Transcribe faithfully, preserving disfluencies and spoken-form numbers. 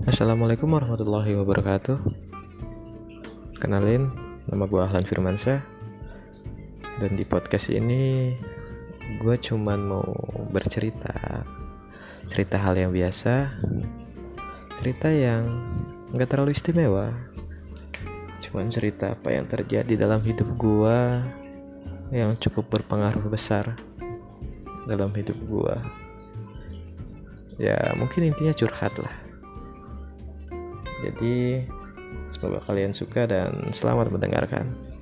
Assalamualaikum warahmatullahi wabarakatuh. Kenalin, nama gue Ahlan Firmansyah. Dan di podcast ini gue cuman mau bercerita Cerita hal yang biasa, cerita yang gak terlalu istimewa. Cuman cerita apa yang terjadi dalam hidup gue yang cukup berpengaruh besar dalam hidup gue. Ya mungkin intinya curhat lah. Jadi semoga kalian suka dan selamat mendengarkan.